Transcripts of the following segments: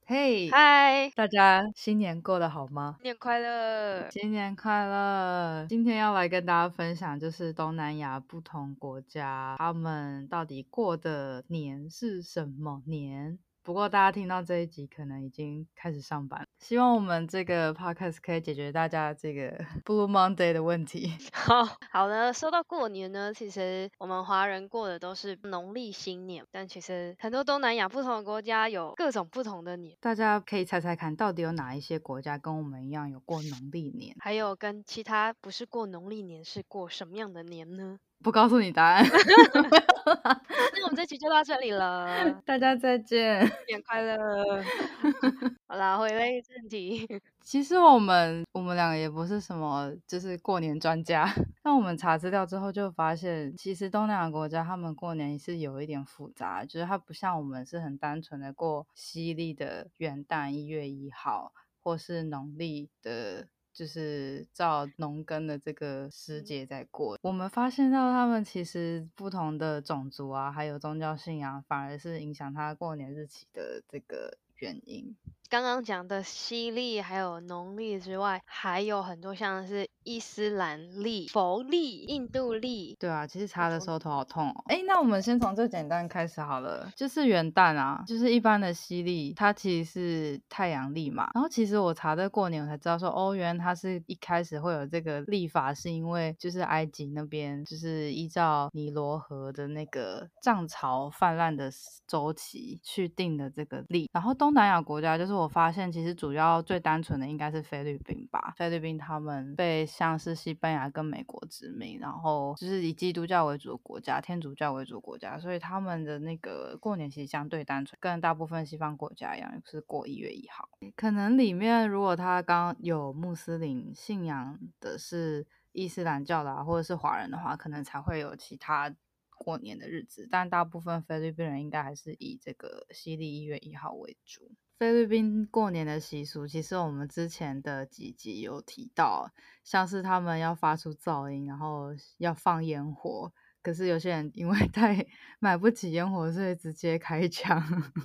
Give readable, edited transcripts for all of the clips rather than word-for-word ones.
嘿， 嗨， 大家新年过得好吗？ 新年快乐！ 新年快乐！今天要来跟大家分享，就是东南亚不同国家他们到底过的年是什么年。不过大家听到这一集，可能已经开始上班了。希望我们这个 podcast 可以解决大家这个 Blue Monday 的问题。 好的，说到过年呢，其实我们华人过的都是农历新年，但其实很多东南亚不同的国家有各种不同的年， 大家可以猜猜看，到底有哪一些国家跟我们一样有过农历年？ 还有跟其他不是过农历年是过什么样的年呢？ 不告诉你答案。 那我们这期就到这里了， 大家再见。 新年快乐！好啦，回归正题。 其实我们两个也不是什么就是过年专家，那我们查资料之后就发现，其实东南亚国家他们过年是有一点复杂，就是它不像我们是很单纯的过西历的元旦1月1号，或是农历的。就是照农耕的这个时节在过，我们发现到他们其实不同的种族啊，还有宗教信仰，反而是影响他过年日期的这个原因。 刚刚讲的西历还有农历之外，还有很多像是伊斯兰历、佛历、印度历， 对啊，其实不同。 查的时候头好痛哦。那我们先从最简单开始好了，就是元旦啊，就是一般的西历，它其实是太阳历嘛。然后其实我查这过年，我才知道说，哦，原来它是一开始会有这个历法，是因为就是埃及那边就是依照尼罗河的那个涨潮泛滥的周期去定的这个历。然后东南亚国家，就是我发现其实主要最单纯的应该是菲律宾吧。菲律宾他们被像是西班牙跟美国殖民，然后就是以基督教为主的国家，天主教为主的国家，所以他们的那个过年其实相对单纯，跟大部分西方国家一样，是过1月1号。可能里面如果他刚有穆斯林信仰的是伊斯兰教的啊，或者是华人的话，可能才会有其他过年的日子，但大部分菲律宾人应该还是以这个西历1月1号为主。菲律宾过年的习俗，其实我们之前的几集有提到，像是他们要发出噪音，然后要放烟火，可是有些人因为太买不起烟火，所以直接开枪。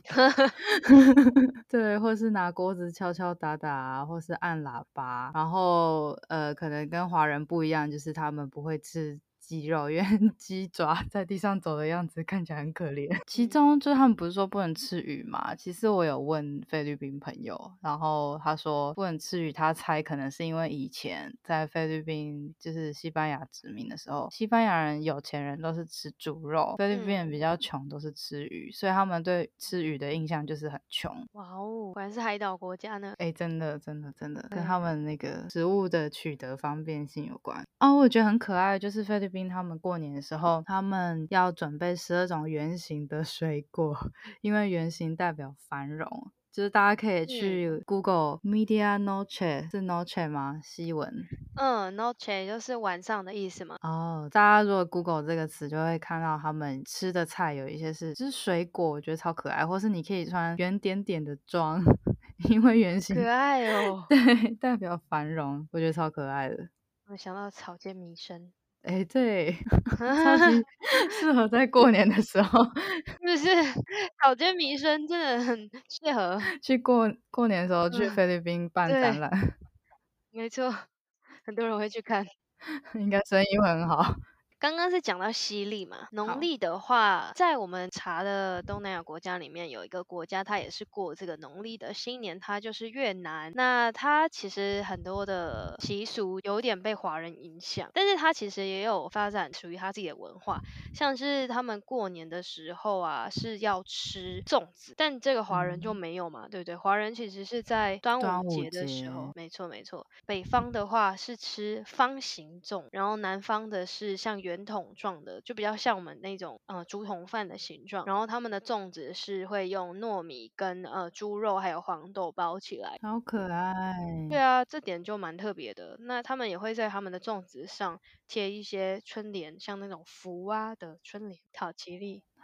对，或是拿锅子敲敲打打啊，或是按喇叭，然后可能跟华人不一样，就是他们不会吃鸡肉，因为鸡爪在地上走的样子看起来很可怜。其中就是他们不是说不能吃鱼嘛？其实我有问菲律宾朋友，然后他说不能吃鱼，他猜可能是因为以前在菲律宾就是西班牙殖民的时候，西班牙人有钱人都是吃猪肉，菲律宾人比较穷都是吃鱼，所以他们对吃鱼的印象就是很穷。 哇哦，果然是海岛国家呢。 真的真的真的跟他对， 们那个食物的取得方便性有关。哦，我觉得很可爱，就是菲律宾他们过年的时候，他们要准备12种圆形的水果，因为圆形代表繁荣。就是大家可以去 Google Media Noche，是 Noche 吗？西文。 noche 就是晚上的意思嘛。 哦，大家如果 Google 这个词，就会看到他们吃的菜有一些是就是水果，我觉得超可爱，或是你可以穿圆点点的装，因为圆形可爱哦， 对代表繁荣，我觉得超可爱的。 我想到草间弥生， 对，超级适合在过年的时候是不是？草间弥生真的很适合。 去过年的时候去嗯， 菲律宾办展对， 览， 没错，很多人会去看。 应该生意会很好。 刚刚是讲到西历嘛，农好， 历的话，在我们查的东南亚国家里面，有一个国家它也是过这个农历的新年，它就是越南。那它其实很多的习俗有点被华人影响，但是它其实也有发展属于它自己的文化，像是他们过年的时候啊是要吃粽子，但这个华人就嗯， 没有嘛，对不对？华人其实是在端午端午节的时节， 候，没错没错。北方的话是吃方形粽，然后南方的是像圆筒状的，就比较像我们那种竹筒饭的形状。然后他们的粽子是会用糯米跟猪肉还有黄豆包起来。 好可爱。 对啊，这点就蛮特别的。那他们也会在他们的粽子上贴一些春联，像那种福啊的春联，讨吉利。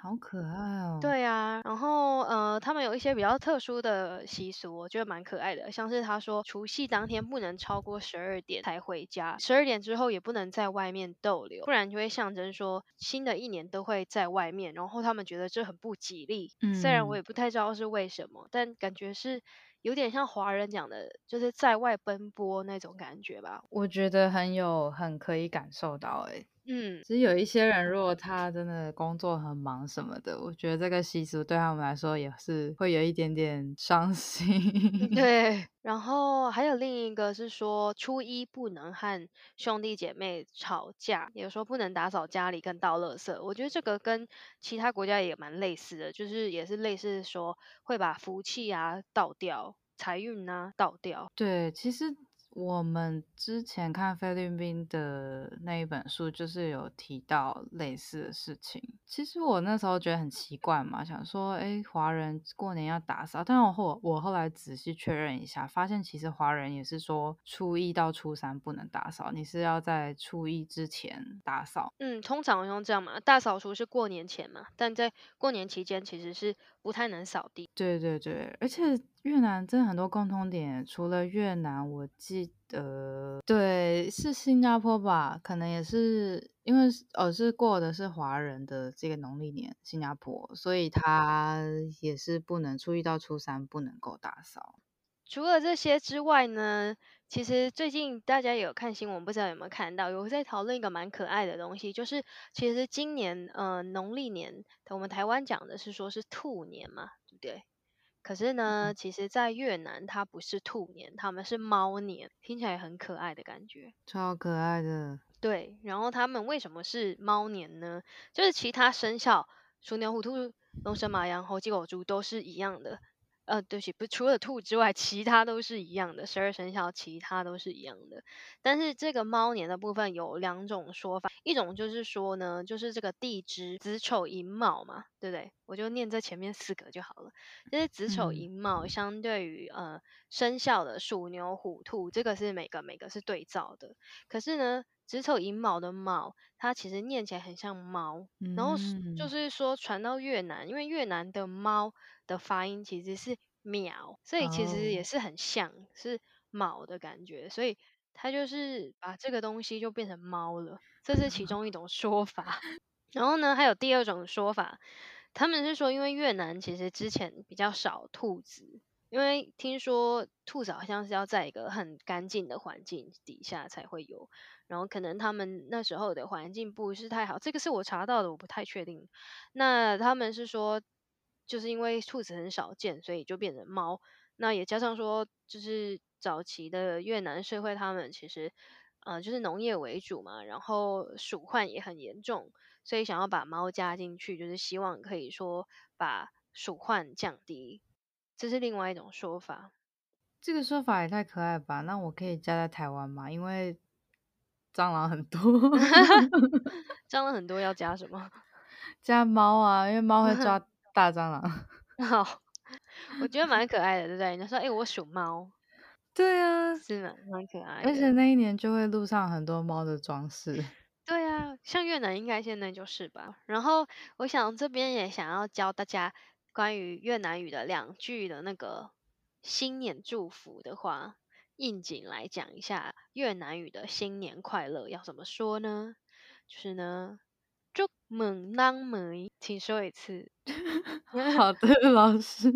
好可爱哦。 对啊，然后他们有一些比较特殊的习俗，我觉得蛮可爱的。像是他说，除夕当天不能超过12点才回家，12点之后也不能在外面逗留，不然就会象征说新的一年都会在外面。然后他们觉得这很不吉利，虽然我嗯， 也不太知道是为什么，但感觉是有点像华人讲的，就是在外奔波那种感觉吧。 我觉得很可以感受到诶。 嗯， 其实有一些人，如果他真的工作很忙什么的，我觉得这个习俗对他们来说也是会有一点点伤心。 对，然后还有另一个是说，初一不能和兄弟姐妹吵架，有时候不能打扫家里跟倒垃圾。我觉得这个跟其他国家也蛮类似的，就是也是类似说会把福气啊倒掉，财运啊倒掉。 对，其实我们之前看菲律宾的那一本书，就是有提到类似的事情。其实我那时候觉得很奇怪嘛，想说，诶，华人过年要打扫，但我后来仔细确认一下，发现其实华人也是说初一到初三不能打扫，你是要在初一之前打扫。 嗯，通常好像这样嘛，大扫除是过年前嘛，但在过年期间其实是不太能扫地。 对对对，而且越南真的很多共通点，除了越南，我记得对是新加坡吧，可能也是因为是过的是华人的这个农历年，新加坡，所以他也是不能初一到初三不能够打扫。 除了这些之外呢，其实最近大家也有看新闻，不知道有没有看到，有在讨论一个蛮可爱的东西，就是其实今年农历年，我们台湾讲的是说是兔年嘛，对不对？可是呢，其实在越南它不是兔年，他们是猫年，听起来很可爱的感觉。 超可爱的。 对，然后他们为什么是猫年呢？就是其他生肖鼠、牛、虎、兔、龙、蛇、马、羊、猴、鸡、狗、猪都是一样的。对不起，不，除了兔之外，其他都是一样的。12生肖其他都是一样的。但是这个猫年的部分有两种说法，一种就是说呢，就是这个地支子丑寅卯嘛，对不对？我就念这前面4个就好了。就是子丑嗯寅卯相对于生肖的鼠、牛、虎、兔，这个是每个是对照的。可是呢，子丑寅卯的卯，它其实念起来很像猫，然后就嗯， 是说传到越南，因为越南的猫的发音其实是秒，所以其实也哦， 是很像是卯的感觉，所以它就是把这个东西就变成猫了，这是其中一种说法。然后呢，还有第二种说法，他们是说，因为越南其实之前比较少兔子，因为听说兔子好像是要在一个很干净的环境底下才会有，然后可能他们那时候的环境不是太好，这个是我查到的，我不太确定。那他们是说，就是因为兔子很少见，所以就变成猫。那也加上说，就是早期的越南社会，他们其实，就是农业为主嘛，然后鼠患也很严重，所以想要把猫加进去，就是希望可以说把鼠患降低，这是另外一种说法。 这个说法也太可爱吧？那我可以加在台湾吗？因为蟑螂很多。 蟑螂很多要加什么？ 加猫啊，因为猫会抓大蟑螂。 好，我觉得蛮可爱的，对不对？你说，我属猫， 对啊， 是蛮可爱而且的。 那一年就会路上很多猫的装饰。 对啊，像越南应该现在就是吧。然后我想这边也想要教大家关于越南语的2句的那个新年祝福的话，应景来讲一下越南语的新年快乐要怎么说呢？就是呢，祝mừng năm mới，请说一次。 好的，老师。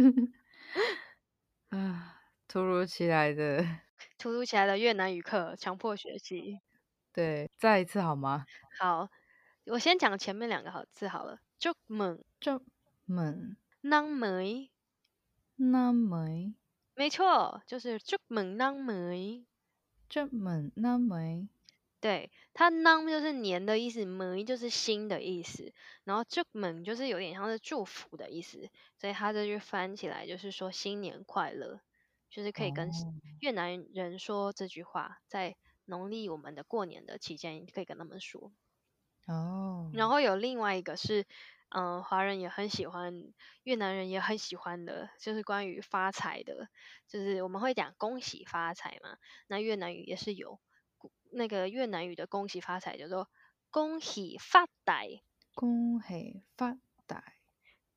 啊，突如其来的。 突如其来的越南语课，强迫学习。 对，再一次好吗？ 好，我先讲前面2个字好了，祝mừng 这么 năm mới， 那么没错，就是祝mừng năm mới。 这么那么对，它 năm 就是年的意思，mới 就是新的意思，然后 chúc mừng 就是有点像是祝福的意思，所以它这句翻起来就是说新年快乐，就是可以跟哦越南人说这句话，在农历我们的过年的期间可以跟他们说。 哦然后有另外一个是，华人也很喜欢，越南人也很喜欢的，就是关于发财的，就是我们会讲恭喜发财嘛，那越南语也是有，那个越南语的恭喜发财叫做恭喜发财， 恭喜发财。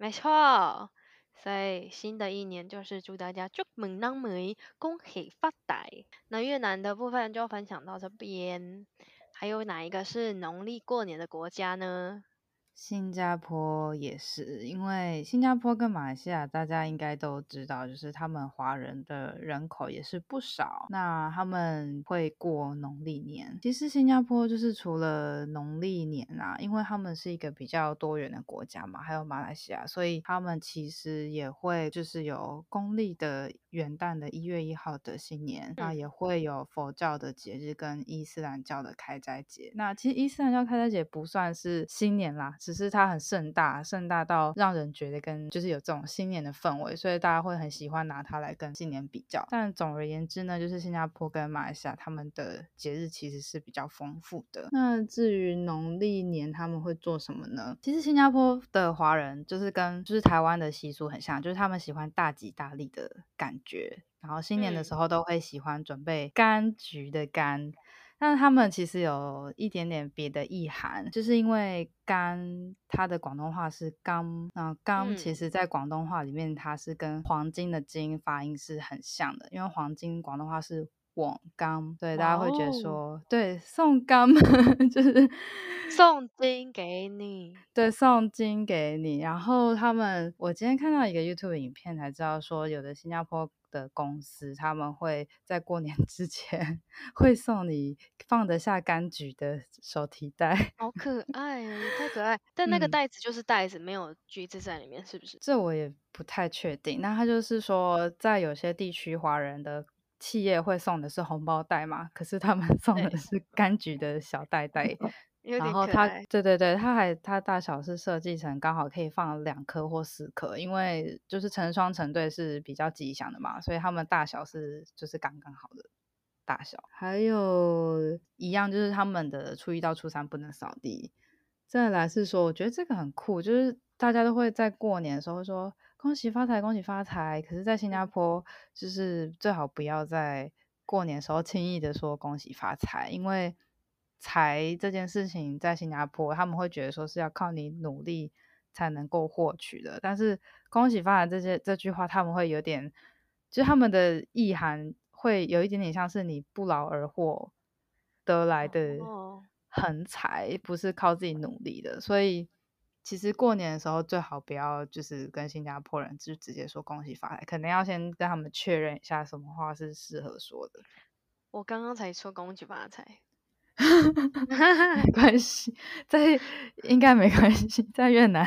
没错。所以新的一年就是祝大家祝mừng năm mới，恭喜发财。那越南的部分就分享到这边，还有哪一个是农历过年的国家呢？ 新加坡也是，因为新加坡跟马来西亚大家应该都知道，就是他们华人的人口也是不少，那他们会过农历年。其实新加坡就是除了农历年啊，因为他们是一个比较多元的国家嘛，还有马来西亚，所以他们其实也会就是有公历的元旦的1月1号的新年，那也会有佛教的节日跟伊斯兰教的开斋节。那其实伊斯兰教开斋节不算是新年啦，只是它很盛大，盛大到让人觉得跟就是有这种新年的氛围，所以大家会很喜欢拿它来跟新年比较。但总而言之呢，就是新加坡跟马来西亚他们的节日其实是比较丰富的。那至于农历年他们会做什么呢？其实新加坡的华人就是跟就是台湾的习俗很像，就是他们喜欢大吉大利的感觉，然后新年的时候都会喜欢准备柑橘的柑，但是他们其实有一点点别的意涵，就是因为柑它的广东话是柑，那柑其实在广东话里面它是跟黄金的金发音是很像的，因为黄金广东话是网柑，对，大哇家会觉得哦， 说对送柑就是送金给你。 对，送金给你。然后我今天看到一个 YouTube 影片才知道说，有的新加坡的公司他们会在过年之前会送你放得下柑橘的手提袋。 好可爱哦，也太可爱。但那个嗯， 袋子就是袋子，没有橘子在里面，是不是？ 这我也不太确定。那他就是说，在有些地区，华人的企业会送的是红包袋嘛，可是他们送的对， 是柑橘的小袋袋。 有然后它点可爱。 对对对，它大小是设计成刚好可以放2颗或4颗，因为就是成双成对是比较吉祥的嘛，所以它们大小是就是刚刚好的大小。还有一样就是他们的初一到初三不能扫地。再来是说，我觉得这个很酷，就是大家都会在过年的时候说恭喜发财，恭喜发财。可是，在新加坡就是最好不要在过年的时候轻易的说恭喜发财，因为财这件事情在新加坡他们会觉得说是要靠你努力才能够获取的，但是恭喜发财这句话他们会有点，就是他们的意涵会有一点点像是你不劳而获得来的哦， 横财，不是靠自己努力的，所以其实过年的时候最好不要就是跟新加坡人就直接说恭喜发财，可能要先跟他们确认一下什么话是适合说的。 我刚刚才说恭喜发财。 没关系，应该没关系，在越南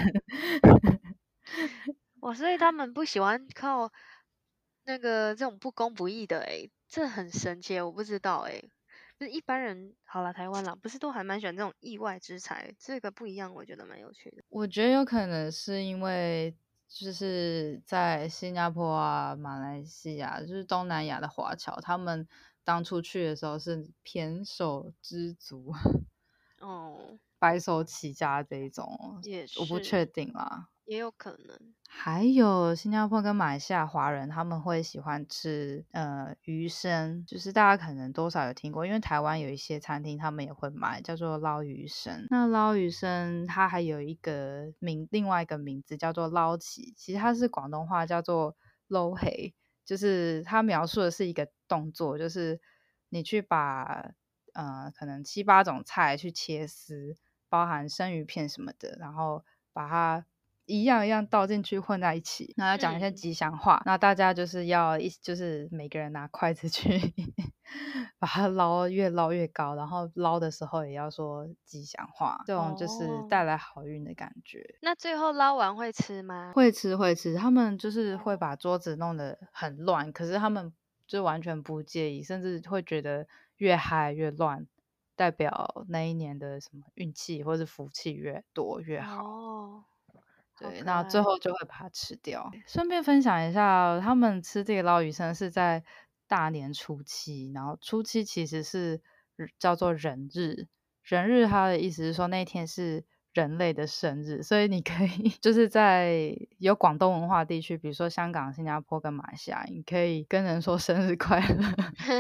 所以他们不喜欢靠那个这种不公不义的这很神奇我不知道就是一般人好了，台湾啦，不是都还蛮喜欢这种意外之财，这个不一样，我觉得蛮有趣的。 我觉得有可能是因为就是在新加坡啊、马来西亚，就是东南亚的华侨，他们当初去的时候是胼手知足、 哦， 白手起家这一种， 也我不确是， 定啦。 也有可能。 还有新加坡跟马来西亚华人，他们会喜欢吃鱼生，就是大家可能多少有听过，因为台湾有一些餐厅他们也会卖，叫做捞鱼生。那捞鱼生它还有另外一个名字叫做捞起，其实它是广东话叫做捞黑，就是它描述的是一个动作，就是你去把可能7、8种菜去切丝，包含生鱼片什么的，然后把它一样一样倒进去混在一起，然后要讲一些吉祥话。那大家就是就是每个人拿筷子去把它越捞越高，然后捞的时候也要说吉祥话，这种就是哦， 带来好运的感觉。 那最后捞完会吃吗？ 会吃会吃，他们就是会哦， 把桌子弄得很乱，可是他们就完全不介意，甚至会觉得越嗨越乱，代表那一年的什么运气或是福气越多越好。 哦，好对， 可爱。 那最后就会把它吃掉。顺便分享一下，他们吃这个捞鱼生是在大年初七，然后初七其实是叫做人日，人日它的意思是说那天是人类的生日，所以你可以就是在有广东文化地区，比如说香港、新加坡跟马来西亚，你可以跟人说生日快乐。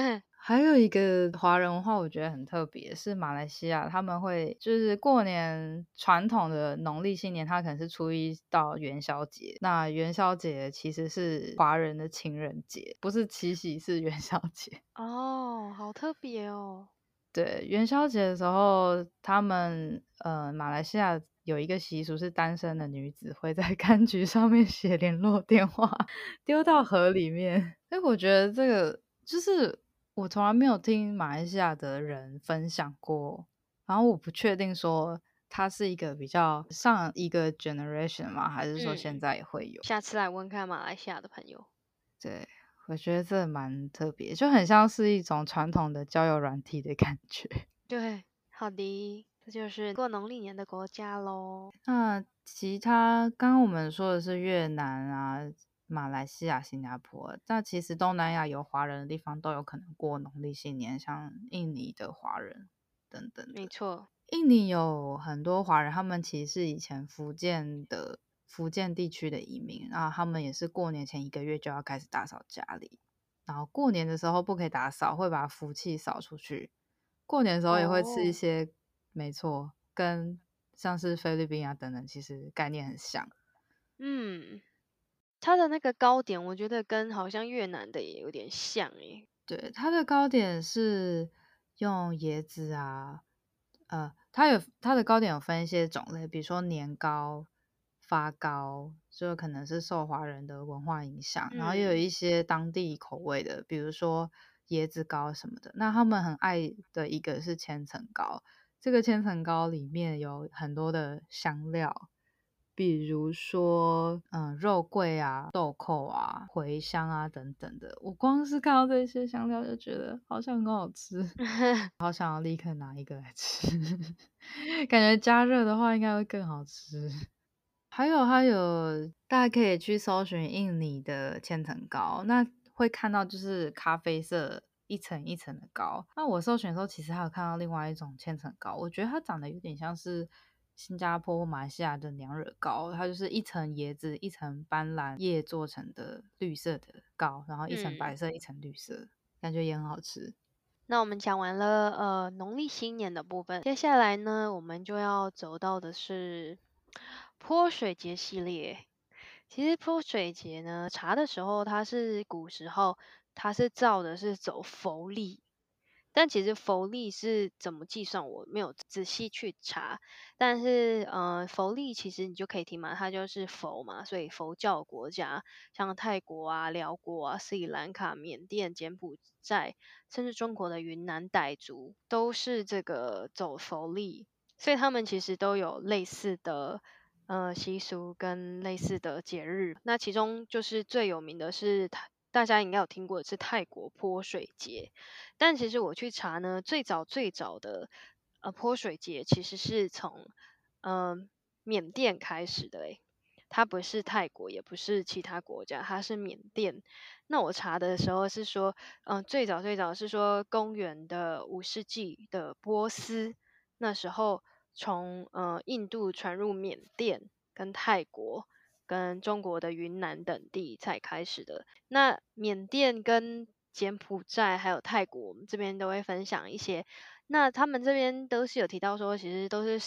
还有一个华人文化我觉得很特别，是马来西亚他们会就是过年传统的农历新年，它可能是初一到元宵节。那元宵节其实是华人的情人节，不是七夕，是元宵节。 哦，好特别哦。 对，元宵节的时候，他们马来西亚有一个习俗是单身的女子会在柑橘上面写联络电话，丢到河里面。所以我觉得这个就是我从来没有听马来西亚的人分享过，然后我不确定说它是一个比较上一个 generation 吗，还是说现嗯， 在也会有？ 下次来问看马来西亚的朋友。 对，我觉得这蛮特别，就很像是一种传统的交友软体的感觉。 对，好的，这就是过农历年的国家喽。 那其他刚刚我们说的是越南啊、马来西亚、新加坡，那其实东南亚有华人的地方都有可能过农历新年，像印尼的华人等等的。 没错。 印尼有很多华人，他们其实是以前福建地区的移民，然后他们也是过年前1个月就要开始打扫家里，然后过年的时候不可以打扫，会把福气扫出去。过年的时候也会吃一哦， 些，没错，跟像是菲律宾啊等等，其实概念很像。 嗯，它的那个糕点，我觉得跟好像越南的也有点像诶。 对，它的糕点是用椰子啊，它的糕点有分一些种类，比如说年糕、发糕，就可能是受华人的文化影响，然后也有嗯一些当地口味的，比如说椰子糕什么的。那他们很爱的一个是千层糕，这个千层糕里面有很多的香料，比如说肉桂啊、豆蔻啊、茴香啊等等的。我光是看到这些香料就觉得好像很好吃，好想要立刻拿一个来吃，感觉加热的话应该会更好吃。还有，大家可以去搜寻印尼的千层糕，那会看到就是咖啡色一层一层的糕。那我搜寻的时候，其实还有看到另外一种千层糕，我觉得它长得有点像是新加坡或马来西亚的娘惹糕，它就是一层椰子、一层斑斓叶做成的绿色的糕，然后一层白嗯， 色、一层绿色，感觉也很好吃。 那我们讲完了农历新年的部分，接下来呢，我们就要走到的是泼水节系列。其实泼水节呢，查的时候它是古时候它是照的是走佛历，但其实佛历是怎么计算，我没有仔细去查。但是佛历其实你就可以听嘛，它就是佛嘛，所以佛教国家像泰国啊、辽国啊、斯里兰卡、缅甸、柬埔寨，甚至中国的云南傣族，都是这个走佛历，所以他们其实都有类似的习俗跟类似的节日。那其中就是最有名的是大家应该有听过的是泰国泼水节。但其实我去查呢，最早的泼水节其实是从缅甸开始的诶，它不是泰国，也不是其他国家，它是缅甸。那我查的时候是说，最早是说公元的5世纪的波斯，那时候从印度传入缅甸跟泰国跟中国的云南等地才开始的。那缅甸跟柬埔寨还有泰国，我们这边都会分享一些。那他们这边都是有提到说，其实都是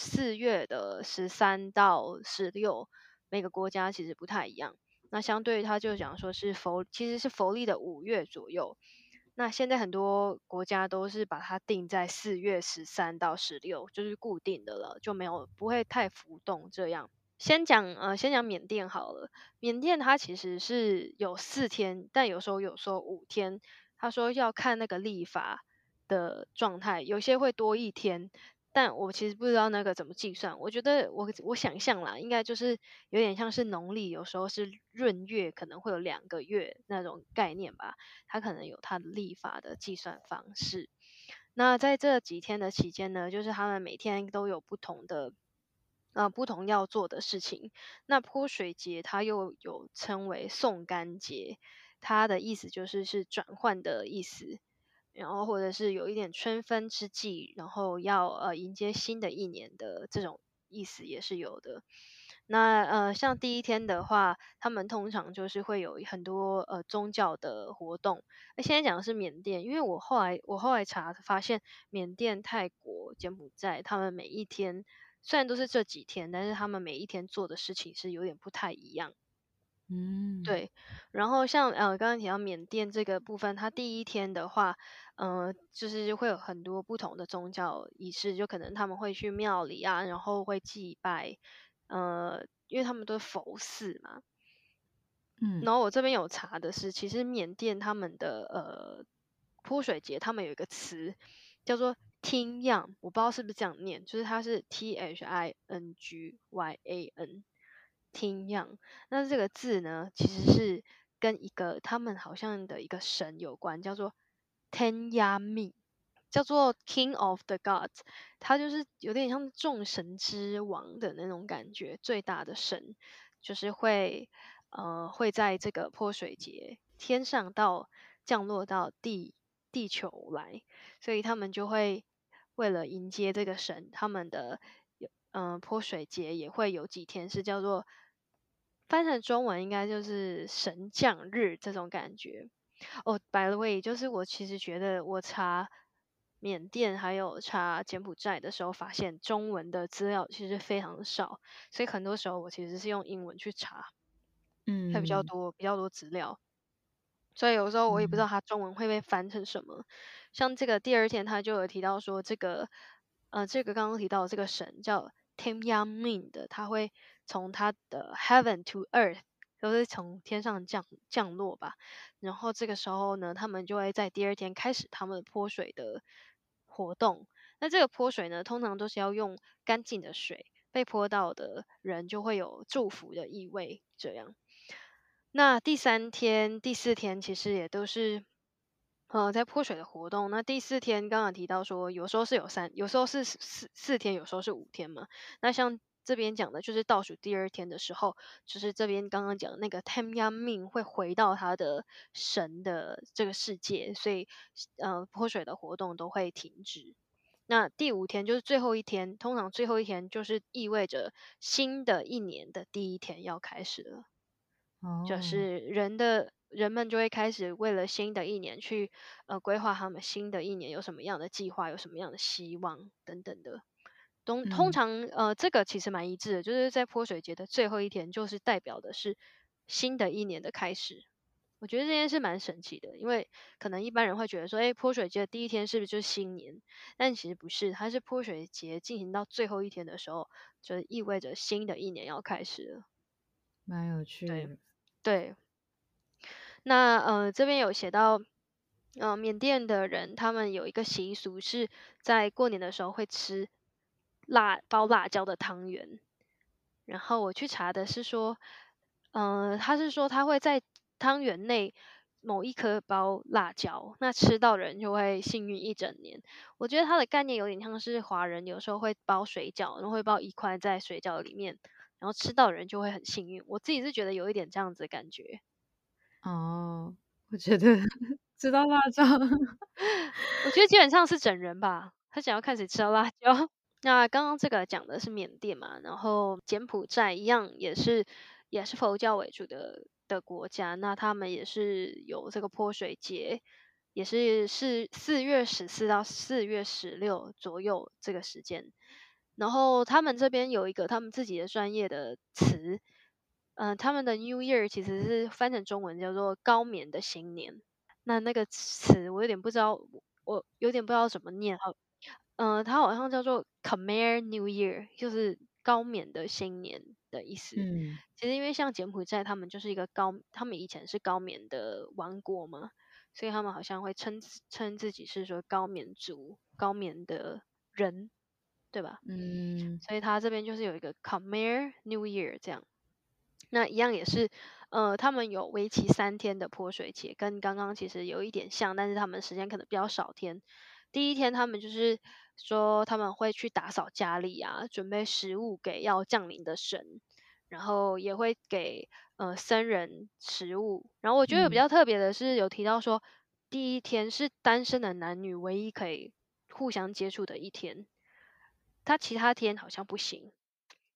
4月13到16，每个国家其实不太一样。那相对于他就讲说是其实是佛历的5月左右。那现在很多国家都是把它定在4月13到16，就是固定的了，就不会太浮动这样。先讲缅甸好了。缅甸它其实是有4天，但有时候5天。他说要看那个历法的状态，有些会多1天，但我其实不知道那个怎么计算。我觉得我想象啦，应该就是有点像是农历，有时候是闰月，可能会有2个月那种概念吧。它可能有它的历法的计算方式。那在这几天的期间呢，就是他们每天都有不同要做的事情。那泼水节它又有称为送干节，它的意思就是转换的意思，然后或者是有一点春分之际，然后要迎接新的一年的这种意思也是有的。 像第一天的话，他们通常就是会有很多宗教的活动。那现在讲的是缅甸，因为我后来查发现，缅甸、泰国、柬埔寨，他们每一天虽然都是这几天，但是他们每一天做的事情是有点不太一样。 嗯对，然后像刚刚提到缅甸这个部分，它第一天的话，就是会有很多不同的宗教仪式，就可能他们会去庙里啊，然后会祭拜，因为他们都是佛寺嘛。 嗯然后我这边有查的是，其实缅甸他们的泼水节，他们有一个词叫做 Tin Yang，我不知道是不是这样念，就是它是 Thingyan。Tin Yang，那这个字呢，其实是跟一个他们好像的一个神有关，叫做 Tenyami，叫做 King of the Gods，他就是有点像众神之王的那种感觉，最大的神，就是会在这个泼水节天上降落到地球来，所以他们就会为了迎接这个神，他们的泼水节也会有几天是叫做翻成中文应该就是神降日这种感觉。哦，by the way，就是我其实觉得我查缅甸还有查柬埔寨的时候，发现中文的资料其实非常的少，所以很多时候我其实是用英文去查，会嗯比较多资料。所以有时候我也不知道嗯它中文会被翻成什么。像这个第二天他就有提到说，这个刚刚提到的这个神叫 Tim Yang Min 的，他会从他的 Heaven to Earth，都是从天上降落吧。然后这个时候呢，他们就会在第二天开始他们泼水的活动。那这个泼水呢，通常都是要用干净的水，被泼到的人就会有祝福的意味，这样。那第三天、第四天其实也都是，在泼水的活动。那第四天刚刚提到说，有时候是有时候是四天，有时候是5天嘛。那像这边讲的就是倒数第二天的时候，就是这边刚刚讲的那个 t e m y a m i n 会回到他的神的这个世界，所以泼水的活动都会停止。那第5天就是最后一天，通常最后一天就是意味着新的一年的第一天要开始了。就哦是人们就会开始为了新的一年去规划他们新的一年有什么样的计划，有什么样的希望等等的。通嗯常这个其实蛮一致的，就是在泼水节的最后一天，就是代表的是新的一年的开始。我觉得这件事蛮神奇的，因为可能一般人会觉得说，哎，泼水节的第一天是不是就是新年？但其实不是，它是泼水节进行到最后一天的时候，就意味着新的一年要开始了。 蛮有趣对的。 对，那这边有写到，缅甸的人他们有一个习俗是在过年的时候会吃包辣椒的汤圆。然后我去查的是说，他是说他会在汤圆内某一颗包辣椒，那吃到的人就会幸运一整年。我觉得它的概念有点像是华人有时候会包水饺，然后会包一块在水饺里面，然后吃到的人就会很幸运。我自己是觉得有一点这样子的感觉。 哦，我觉得知道辣椒。 我觉得基本上是整人吧，他想要看谁吃到辣椒。那刚刚这个讲的是缅甸嘛，然后柬埔寨一样也是佛教为主的国家，那他们也是有这个泼水节，也是4月14到4月16左右这个时间。然后他们这边有一个他们自己的专业的词，他们的 New Year 其实是翻成中文叫做高棉的新年。那个词我有点不知道，我有点不知道怎么念哈。它好像叫做 Khmer New Year，就是高棉的新年的意思。 嗯其实因为像柬埔寨，他们就是他们以前是高棉的王国嘛，所以他们好像会称自己是说高棉族、高棉的人，对吧？ 嗯所以他这边就是有一个 Khmer New Year 这样。那一样也是，他们有为期3天的泼水节，跟刚刚其实有一点像，但是他们时间可能比较少天。第一天他们就是说他们会去打扫家里啊，准备食物给要降临的神，然后也会给僧人食物。然后我觉得比嗯， 较特别的是有提到说，第一天是单身的男女唯一可以互相接触的一天，他其他天好像不行。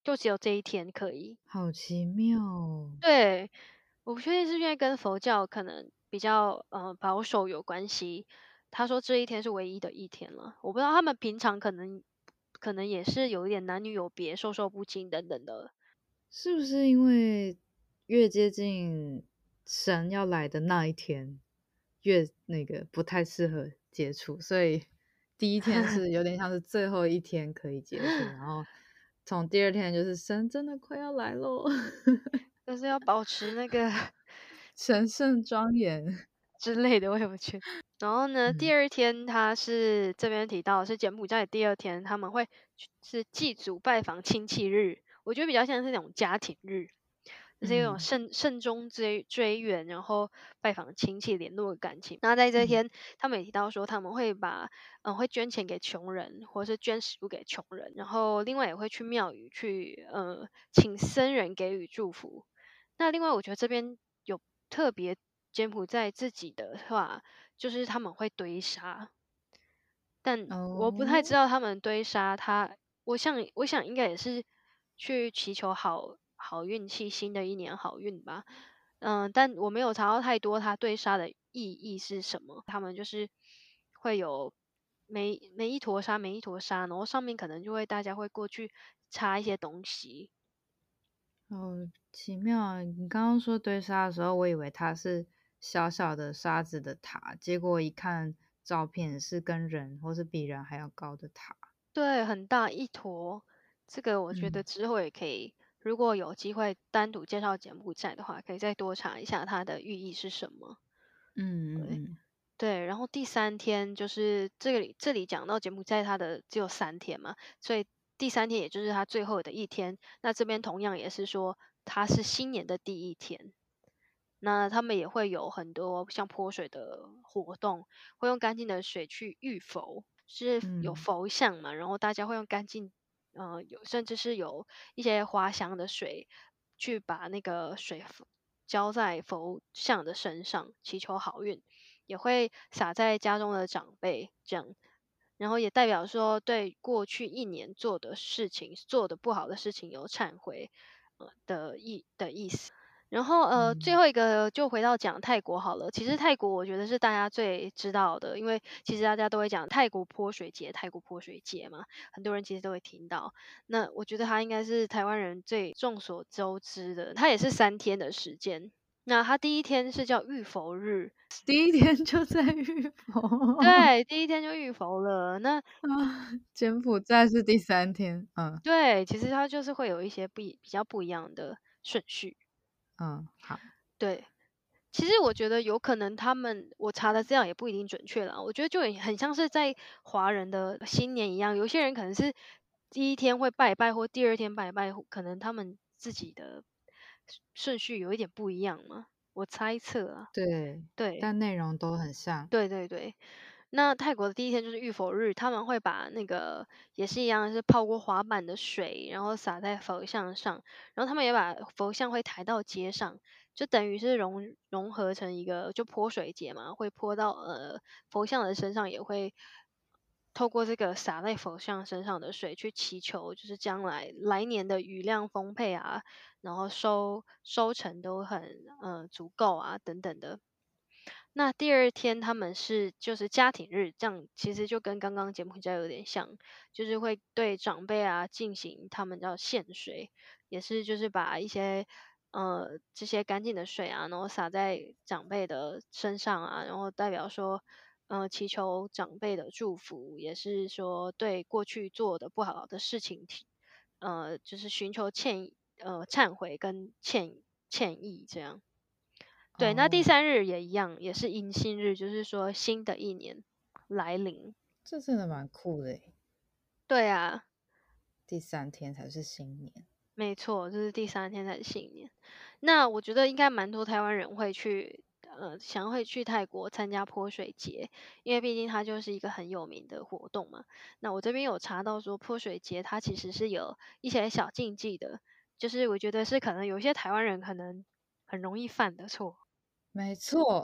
就只有这一天可以。 好奇妙哦。 对，我不确定是因为跟佛教可能比较保守有关系。他说这一天是唯一的一天了，我不知道他们平常可能也是有一点男女有别、授受不亲等等的。 是不是因为越接近神要来的那一天，越那个不太适合接触，所以第一天是有点像是最后一天可以接触，然后从第二天就是神真的快要来喽， 就是要保持那个神圣庄严。 之类的，我也不确定。然后呢，第嗯二天他是这边提到是柬埔寨的第二天，他们会是祭祖拜访亲戚日，我觉得比较像是那种家庭日，就是一种嗯慎终追远，然后拜访亲戚联络感情。那在这一嗯天，他们也提到说他们会会捐钱给穷人，或是捐食物给穷人，然后另外也会去庙宇去请僧人给予祝福。那另外我觉得这边有特别柬埔寨自己的话，就是他们会堆沙，但我不太知哦， 道他们堆沙我想应该也是去祈求好运气，新的一年好运吧。但我没有查到太多他堆沙的意义是什么。他们就是会有每一坨沙，每一坨沙，然后上面可能就会大家会过去插一些东西。 好奇妙啊！你刚刚说堆沙的时候，我以为它是小小的沙子的塔，结果一看照片是跟人或是比人还要高的塔。 对，很大一坨。这个我觉得嗯之后也可以，如果有机会单独介绍柬埔寨的话，可以再多查一下它的寓意是什么。对嗯嗯对，然后第三天就是这里讲到柬埔寨它的只有3天嘛，所以第三天也就是它最后的一天。那这边同样也是说它是新年的第一天。那他们也会有很多像泼水的活动，会用干净的水去浴佛，是有嗯佛像嘛，然后大家会用干净，甚至是有一些花香的水，去把那个水浇在佛像的身上，祈求好运，也会洒在家中的长辈这样，然后也代表说对过去一年做的事情、做的不好的事情有忏悔，的意思。然后最嗯后一个就回到讲泰国好了。其实泰国我觉得是大家最知道的，因为其实大家都会讲泰国泼水节，泰国泼水节嘛，很多人其实都会听到。那我觉得它应该是台湾人最众所周知的，它也是3天的时间。那它第一天是叫浴佛日， 第一天就在浴佛。 对，第一天就浴佛了。那啊，柬埔寨是第三天。嗯对，其实它就是会有一些比较不一样的顺序。 嗯，好， 对，其实我觉得有可能我查的资料也不一定准确啦。我觉得就很像是在华人的新年一样，有些人可能是第一天会拜拜，或第二天拜拜，可能他们自己的顺序有一点不一样嘛。我猜测啊， 对， 对。 但内容都很像。 对对对，那泰国的第一天就是浴佛日，他们会把那个也是一样是泡过滑板的水，然后洒在佛像上，然后他们也把佛像会抬到街上，就等于是融合成一个就泼水节嘛，会泼到佛像的身上，也会透过这个洒在佛像身上的水去祈求，就是将来年的雨量丰沛啊，然后收成都很足够啊等等的。那第二天他们就是家庭日，这样其实就跟刚刚柬埔寨有点像，就是会对长辈啊进行他们叫献水，也是就是把一些这些干净的水啊，然后洒在长辈的身上啊，然后代表说祈求长辈的祝福，也是说对过去做的不好的事情就是寻求忏悔跟歉意这样。对，那第哦， 三日也一样，也是迎新日，就是说新的一年来临。 这真的蛮酷的诶， 对啊， 第三天才是新年。 没错，这是第3天才是新年。那我觉得应该蛮多台湾人会去泰国参加泼水节，因为毕竟它就是一个很有名的活动嘛。那我这边有查到说泼水节它其实是有一些小禁忌的，就是我觉得是可能有些台湾人可能很容易犯的错。 没错，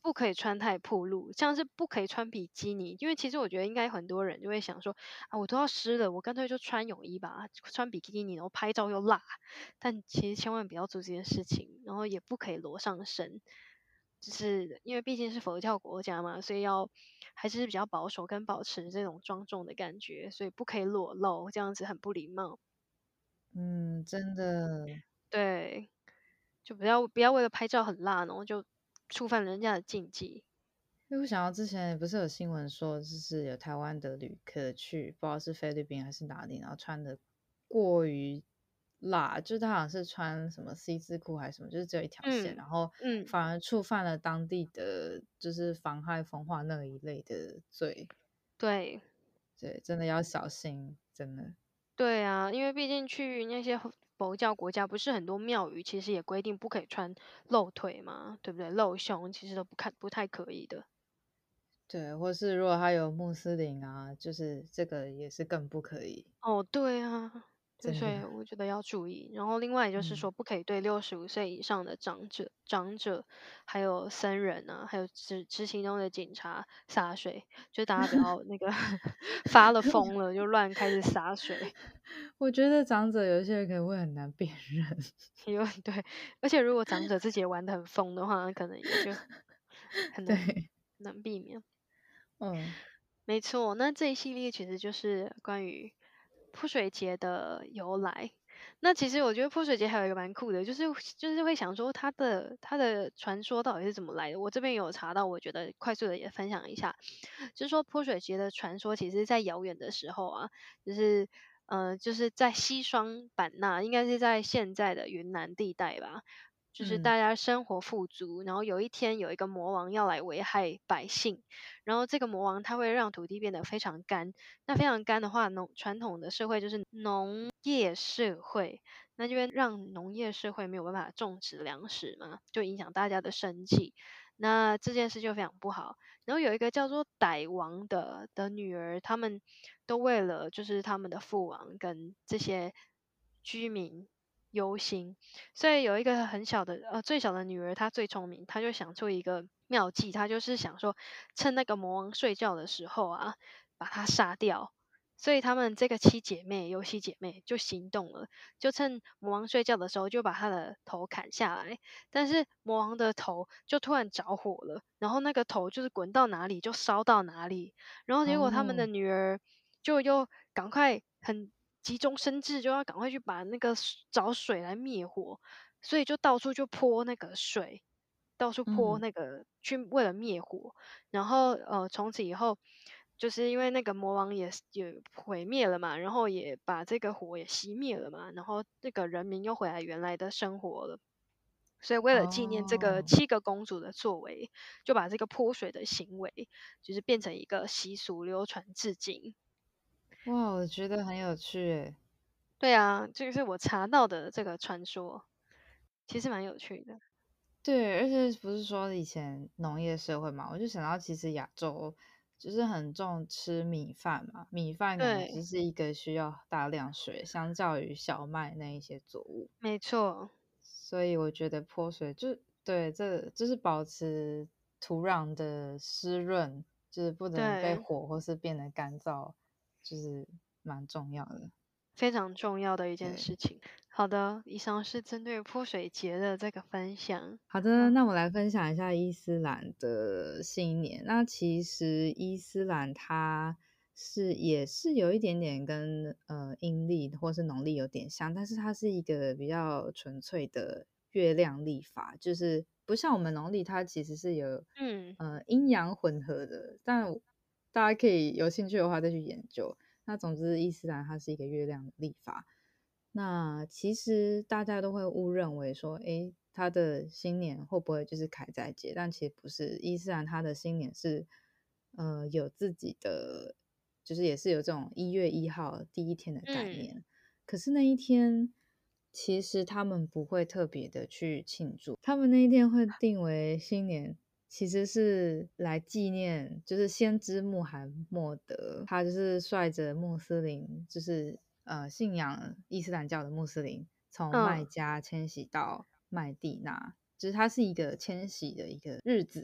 不可以穿太暴露，像是不可以穿比基尼，因为其实我觉得应该很多人就会想说啊，我都要湿了，我干脆就穿泳衣吧，穿比基尼然后拍照又辣，但其实千万不要做这件事情，然后也不可以裸上身，就是因为毕竟是佛教国家嘛，所以还是比较保守跟保持这种庄重的感觉，所以不可以裸露，这样子很不礼貌。 嗯，真的。 对，就不要为了拍照很辣，然后就触犯人家的禁忌。 因为我想到之前不是有新闻说，就是有台湾的旅客去，不知道是菲律宾还是哪里，然后穿的过于辣，就是他好像是穿什么 C 字裤还是什么，就是只有一条线， 嗯然后嗯， 反而触犯了当地的就是妨害风化那一类的罪。 对对，真的要小心，真的。 对啊，因为毕竟去那些佛教国家，不是很多庙宇其实也规定不可以穿露腿嘛，对不对？露胸其实都不太可以的。 对，或是如果他有穆斯林啊，就是这个也是更不可以， 哦，对啊，对，所以真的。 我觉得要注意。然后另外也就是嗯。 说，不可以对65岁以上的长者，还有僧人啊，还有执行中的警察洒水，就大家不要那个发了疯了就乱开始洒水。 我觉得长者有一些人可能会很难辨认。 对，而且如果长者自己也玩得很疯的话，可能也就很对。 难避免。 嗯。 没错，那这一系列其实就是关于泼水节的由来。那其实我觉得泼水节还有一个蛮酷的，就是会想说它的传说到底是怎么来的。我这边有查到，我觉得快速的也分享一下，就是说泼水节的传说，其实在遥远的时候啊，就是在西双版纳，应该是在现在的云南地带吧。就是嗯。 大家生活富足，然后有一天有一个魔王要来危害百姓，然后这个魔王他会让土地变得非常干，那非常干的话，传统的社会就是农业社会，那就会让农业社会没有办法种植粮食嘛，就影响大家的生计。那这件事就非常不好。然后有一个叫做傣王的女儿，他们都为了就是他们的父王跟这些居民忧心，所以有一个最小的女儿，她最聪明，她就想出一个妙计，她就是想说，趁那个魔王睡觉的时候啊，把他杀掉。所以她们这个七姐妹就行动了，就趁魔王睡觉的时候，就把他的头砍下来。但是魔王的头就突然着火了，然后那个头就是滚到哪里就烧到哪里，然后结果他们的哦。 女儿就又赶快很急中生智，就要赶快去把那个找水来灭火，所以就到处就泼那个水，到处泼嗯。 那个去为了灭火，然后从此以后。就是因为那个魔王也毁灭了嘛，然后也把这个火也熄灭了嘛，然后这个人民又回来原来的生活了。所以为了纪念这个哦。 7个公主的作为，就把这个泼水的行为，就是变成一个习俗，流传至今。 哇，我觉得很有趣诶。 对啊，这个是我查到的这个传说，其实蛮有趣的。 对，而且不是说以前农业社会嘛，我就想到其实亚洲就是很重吃米饭嘛，米饭感觉就对， 是一个需要大量水，相较于小麦那一些作物， 没错， 所以我觉得泼水就对，这就是保持土壤的湿润，就是不能被对， 火或是变得干燥，就是蛮重要的。 非常重要的一件对。 事情。好的，以上是针对泼水节的这个分享。 好的， 好， 那我来分享一下伊斯兰的新年。那其实伊斯兰它也是有一点点跟阴历或是农历有点像，但是它是一个比较纯粹的月亮历法，就是不像我们农历，它其实是有嗯阴阳混合的。但大家可以有兴趣的话再去研究。那总之，伊斯兰它是一个月亮历法。那其实大家都会误认为说，诶，他的新年会不会就是凯斋节？但其实不是，伊斯兰他的新年是，有自己的，就是也是有这种1月1号第一天的概嗯念。可是那一天，其实他们不会特别的去庆祝，他们那一天会定为新年，其实是来纪念，就是先知穆罕默德，他就是率着穆斯林，就是信仰伊斯兰教的穆斯林，从麦嗯加迁徙到麦地那，就是它是一个迁徙的一个日子。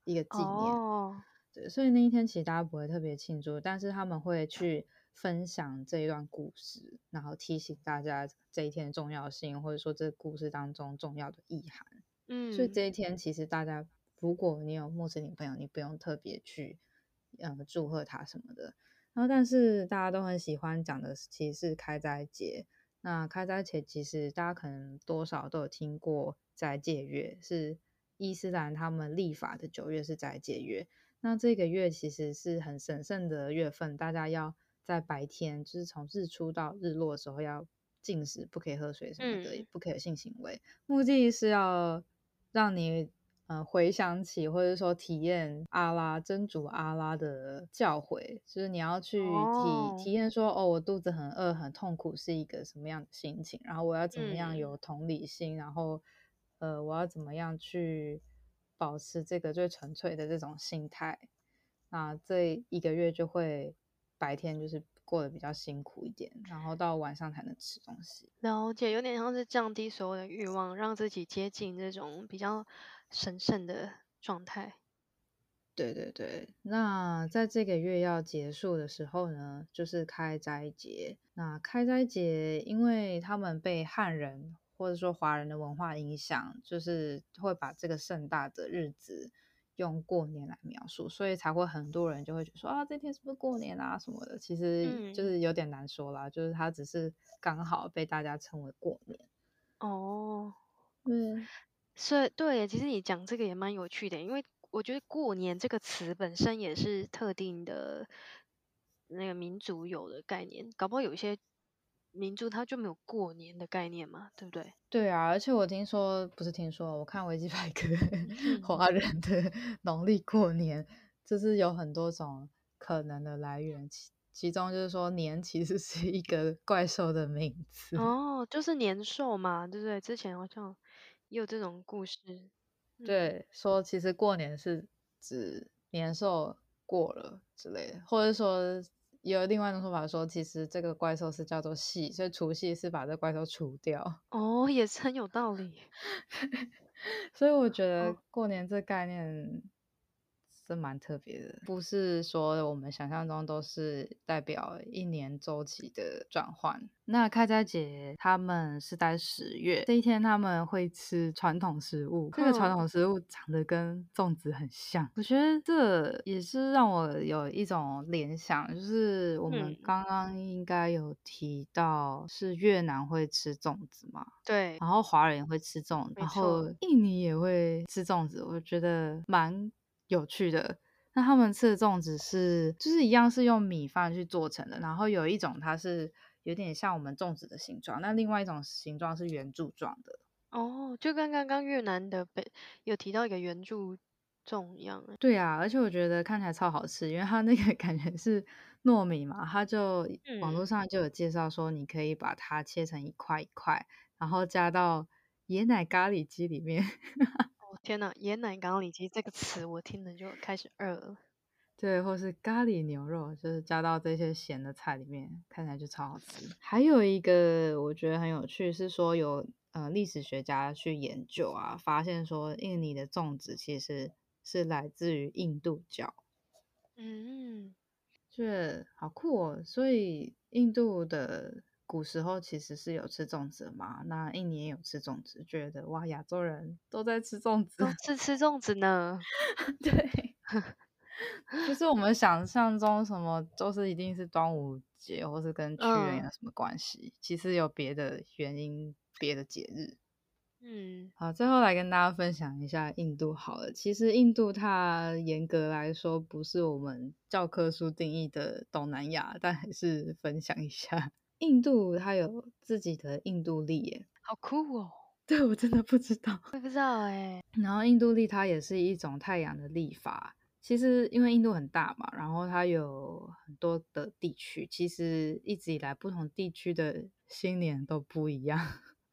一个纪念。 哦， 对，所以那一天其实大家不会特别庆祝，但是他们会去分享这一段故事，然后提醒大家这一天的重要性，或者说这个故事当中重要的意涵。所以嗯这一天其实大家，如果你有穆斯林朋友，你不用特别去祝贺他什么的。然后，但是大家都很喜欢讲的其实是开斋节。那开斋节其实大家可能多少都有听过斋戒月，是伊斯兰他们历法的9月是斋戒月。那这个月其实是很神圣的月份，大家要在白天，就是从日出到日落的时候要禁食，不可以喝水什么的，也嗯， 不可以有性行为。目的是要让你回想起或者说体验阿拉真主阿拉的教诲，就是你要去体哦， 体验说，哦，我肚子很饿很痛苦是一个什么样的心情，然后我要怎么样嗯， 有同理心，然后我要怎么样去保持这个最纯粹的这种心态。那这一个月就会白天就是过得比较辛苦一点，然后到晚上才能吃东西。 了解，有点像是降低所有的欲望，让自己接近这种比较神圣的状态。 对对对，那在这个月要结束的时候呢，就是开斋节。那开斋节，因为他们被汉人或者说华人的文化影响，就是会把这个盛大的日子用过年来描述，所以才会很多人就会觉得说啊，这天是不是过年啊什么的。其实就嗯， 是有点难说啦，就是它只是刚好被大家称为过年。 哦， 对， 所以对，其实你讲这个也蛮有趣的，因为我觉得过年这个词本身也是特定的那个民族有的概念，搞不好有一些民族它就没有过年的概念嘛，对不对？ 对啊，而且我听说，不是听说，我看维基百科， 嗯， 华人的农历过年就是有很多种可能的来源，其中就是说年其实是一个怪兽的名字。 哦，就是年兽嘛，对不对？之前好像也有这种故事。嗯， 对，说其实过年是指年兽过了之类的，或者说也有另外一种说法说，其实这个怪兽是叫做夕，所以除夕是把这个怪兽除掉。 哦，也是很有道理。 所以我觉得哦， 过年这概念是蛮特别的，不是说我们想象中都是代表一年周期的转换。那开斋节他们是在10月这一天，他们会吃传统食物，这个传嗯统食物长得跟粽子很像，我觉得这也是让我有一种联想，就是我们嗯， 刚刚应该有提到是越南会吃粽子嘛？ 对， 然后华人也会吃粽子，然后没错。 印尼也会吃粽子，我觉得蛮有趣的。那他们吃的粽子是，就是一样是用米饭去做成的，然后有一种它是有点像我们粽子的形状，那另外一种形状是圆柱状的。 哦，就跟刚刚越南的有提到一个圆柱粽一样欸。 对啊，而且我觉得看起来超好吃，因为它那个感觉是糯米嘛，它就网络嗯， 上就有介绍说，你可以把它切成一块一块，然后加到椰奶咖喱鸡里面。 哦天呐，椰奶咖喱鸡这个词我听了就开始饿了。 对，或是咖喱牛肉，就是加到这些咸的菜里面，看起来就超好吃。还有一个我觉得很有趣，是说有历史学家去研究啊，发现说印尼的粽子其实是来自于印度教， 嗯， 这好酷哦！所以印度的古时候其实是有吃粽子的嘛，那印尼也有吃粽子，觉得哇，亚洲人都在吃粽子， 都是吃粽子呢。 对。不是我们想象中什么都是一定是端午节，或是跟屈原嗯有什么关系？其实有别的原因，别的节日。 嗯， 好，最后来跟大家分享一下印度好了。其实印度它严格来说不是我们教科书定义的东南亚，但还是分享一下。印度它有自己的印度历耶， 好酷哦！ 对我真的不知道。 我也不知道哎。 然后印度历它也是一种太阳的历法。其实因为印度很大嘛，然后它有很多的地区，其实一直以来不同地区的新年都不一样。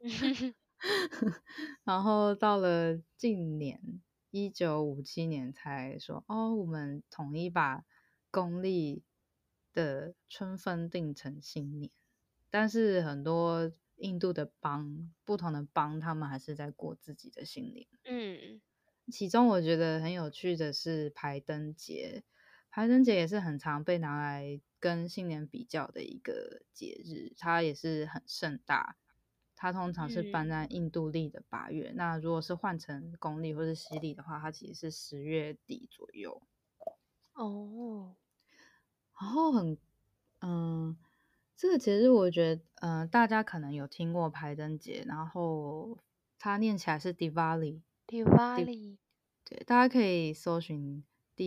然后到了近年1957年才说，哦，我们统一把公历的春分定成新年。但是很多印度的邦，不同的邦，他们还是在过自己的新年。 嗯， 其中我觉得很有趣的是排灯节，排灯节也是很常被拿来跟新年比较的一个节日，它也是很盛大。它通常是办嗯， 在印度历的8月，那如果是换成公历或是西历的话，它其实是10月底左右。 哦， 然后嗯，这个节日我觉得，大家可能有听过排灯节，然后它念起来是 Diwali，对，大家可以搜寻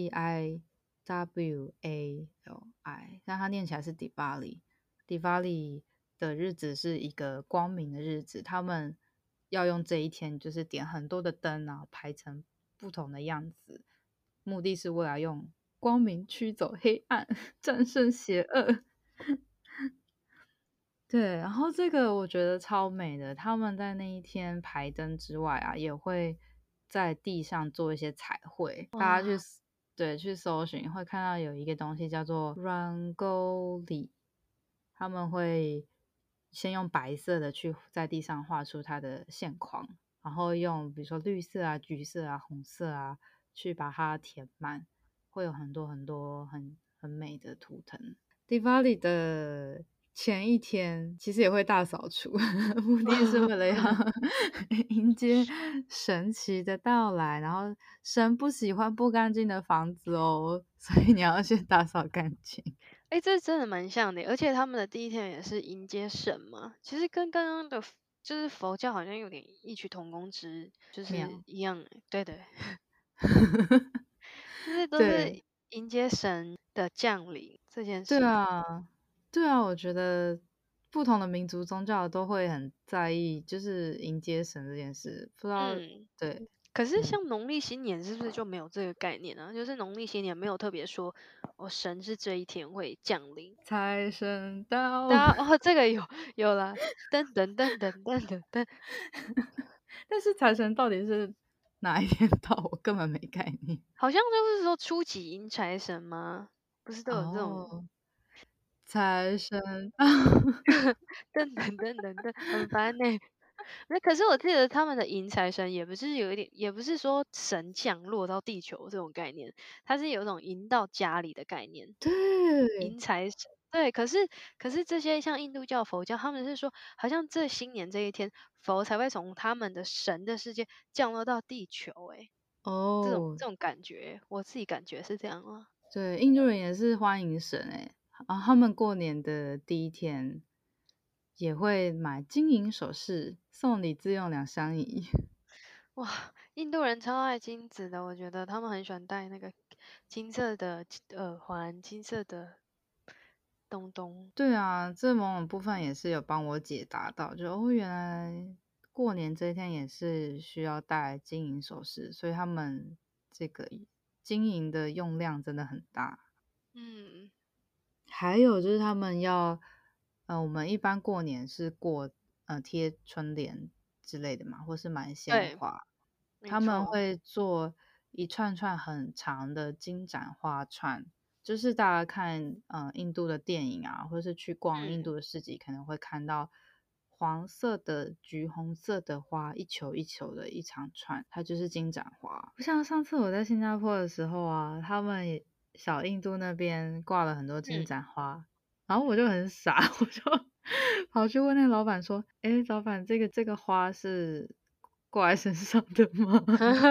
Diwali，但它念起来是 Diwali。Diwali 的日子是一个光明的日子，他们要用这一天就是点很多的灯，然后排成不同的样子，目的是为了用光明驱走黑暗，战胜邪恶。对，然后这个我觉得超美的。他们在那一天排灯之外啊，也会在地上做一些彩绘。大家哇， 去搜寻，会看到有一个东西叫做 Rangoli，他们会先用白色的去在地上画出它的线框，然后用比如说绿色啊、橘色啊、红色啊去把它填满，会有很多很多很美的图腾。Diwali 的前一天其实也会大扫除，目的是为了要迎接神奇的到来。然后神不喜欢不干净的房子哦，所以你要先打扫干净。 哎，这真的蛮像的，而且他们的第一天也是迎接神嘛，其实跟刚刚的就是佛教好像有点异曲同工就是妙， 一样欸，对对，就是都对是迎接神的降临这件对事情。 啊，对啊，我觉得不同的民族宗教都会很在意，就是迎接神这件事。不知道， 嗯， 对， 可是嗯， 像农历新年是不是就没有这个概念啊？就是农历新年没有特别说，哦，神是这一天会降临。 财神到。 大家哦，这个有啦，噔噔噔噔噔噔噔， 但是财神到底是哪一天到？我根本没概念。 好像就是说初几迎财神吗？不是都有这种哦，财神到。 噔噔噔噔噔，很烦呢、那可是我记得他们的迎财神也不是有一点，也不是说神降落到地球这种概念，它是有一种迎到家里的概念。 对， 迎财神。对，可是这些像印度教、佛教，他们是说，好像这新年这一天，佛才会从他们的神的世界降落到地球。诶，这种哦， 这种感觉，我自己感觉是这样啊。 对，印度人也是欢迎神诶，他们过年的第一天也会买金银首饰，送礼自用2相宜。 哇，印度人超爱金子的，我觉得他们很喜欢戴那个金色的耳环、金色的东东。 对啊，这某种部分也是有帮我解答到，就原来过年这一天也是需要戴金银首饰，所以他们这个金银的用量真的很大。 嗯， 还有就是他们要，我们一般过年是过贴春联之类的嘛，或是买鲜对， 花，他们没错。 会做一串串很长的金盏花串，就是大家看印度的电影啊，或是去逛印嗯， 度的市集，可能会看到黄色的、橘红色的花，一球一球的一长串，它就是金盏花。像上次我在新加坡的时候啊，他们也小印度那边挂了很多金嗯， 盏花，然后我就很傻，我就跑去问那个老板说：“诶，老板，这个花是挂在身上的吗？”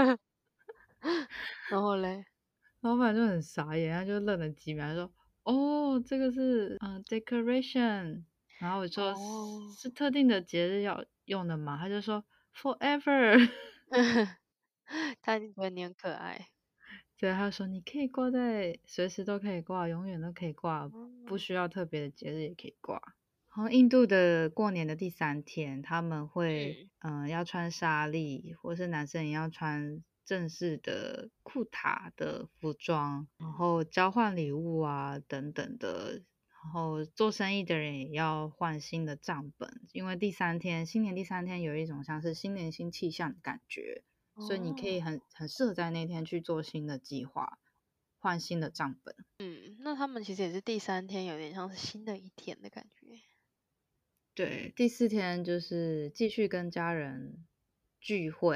然后嘞， 老板就很傻眼，他就愣了几秒，他说：“哦，这个是decoration。”然后我说： 哦。 “是特定的节日要用的吗？”他就说：“Forever。” 他一定觉得你很可爱。 所以他说：“你可以挂在随时都可以挂，永远都可以挂，不哦， 需要特别的节日也可以挂。”然后印度的过年的第3天，他们会嗯， 要穿纱丽，或是男生也要穿正式的库塔的服装，然后交换礼物啊等等的。然后做生意的人也要换新的账本，因为新年第三天有一种像是新年新气象的感觉，所以你可以哦， 很适合在那天去做新的计划，换新的账本。 嗯，那他们其实也是第3天，有点像是新的一天的感觉。 对，第4天就是继续跟家人聚会，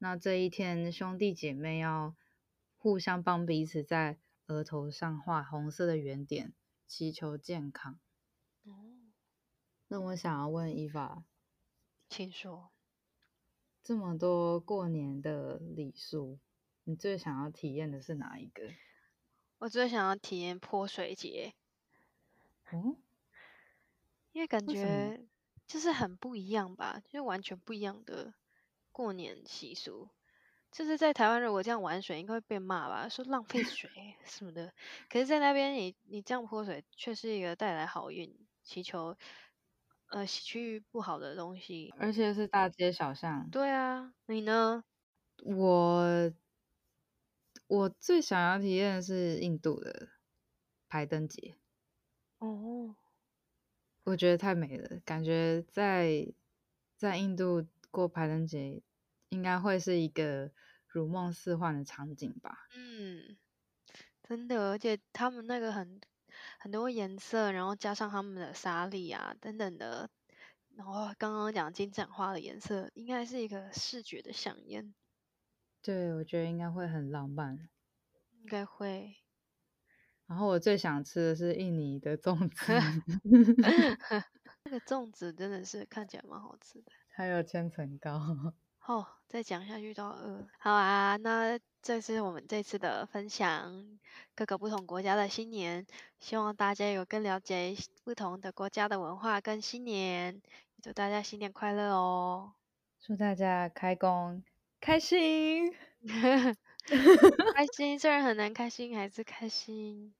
那这一天，兄弟姐妹要互相帮彼此在额头上画红色的圆点，祈求健康。 哦， 那我想要问伊娃， 请说。 这么多过年的礼数，你最想要体验的是哪一个？ 我最想要体验泼水节， 哦， 因为感为什么？ 觉就是很不一样吧，就是完全不一样的过年习俗。就是在台湾，如果这样玩水，应该会被骂吧，说浪费水什么的。可是，在那边你这样泼水，却是一个带来好运，祈求洗去不好的东西。 而且是大街小巷。 对啊，你呢？ 我我最想要体验的是印度的排灯节， 哦， 我觉得太美了，感觉在印度过排灯节应该会是一个如梦似幻的场景吧。 嗯，真的，而且他们那个很多颜色，然后加上他们的沙粒啊等等的，然后刚刚讲金盏花的颜色，应该是一个视觉的飨宴， 对，我觉得应该会很浪漫。 应该会。 然后我最想吃的是印尼的粽子， 那个粽子真的是看起来蛮好吃的。 还有千层糕。 哦，再讲下去都要饿了。好啊，那这是我们这次的分享，各个不同国家的新年，希望大家有更了解不同的国家的文化跟新年，祝大家新年快乐哦！ 祝大家开工开心！ 开心，虽然很难开心，还是开心。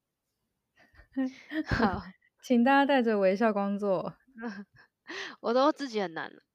好， 请大家带着微笑工作。 我都自己很难了。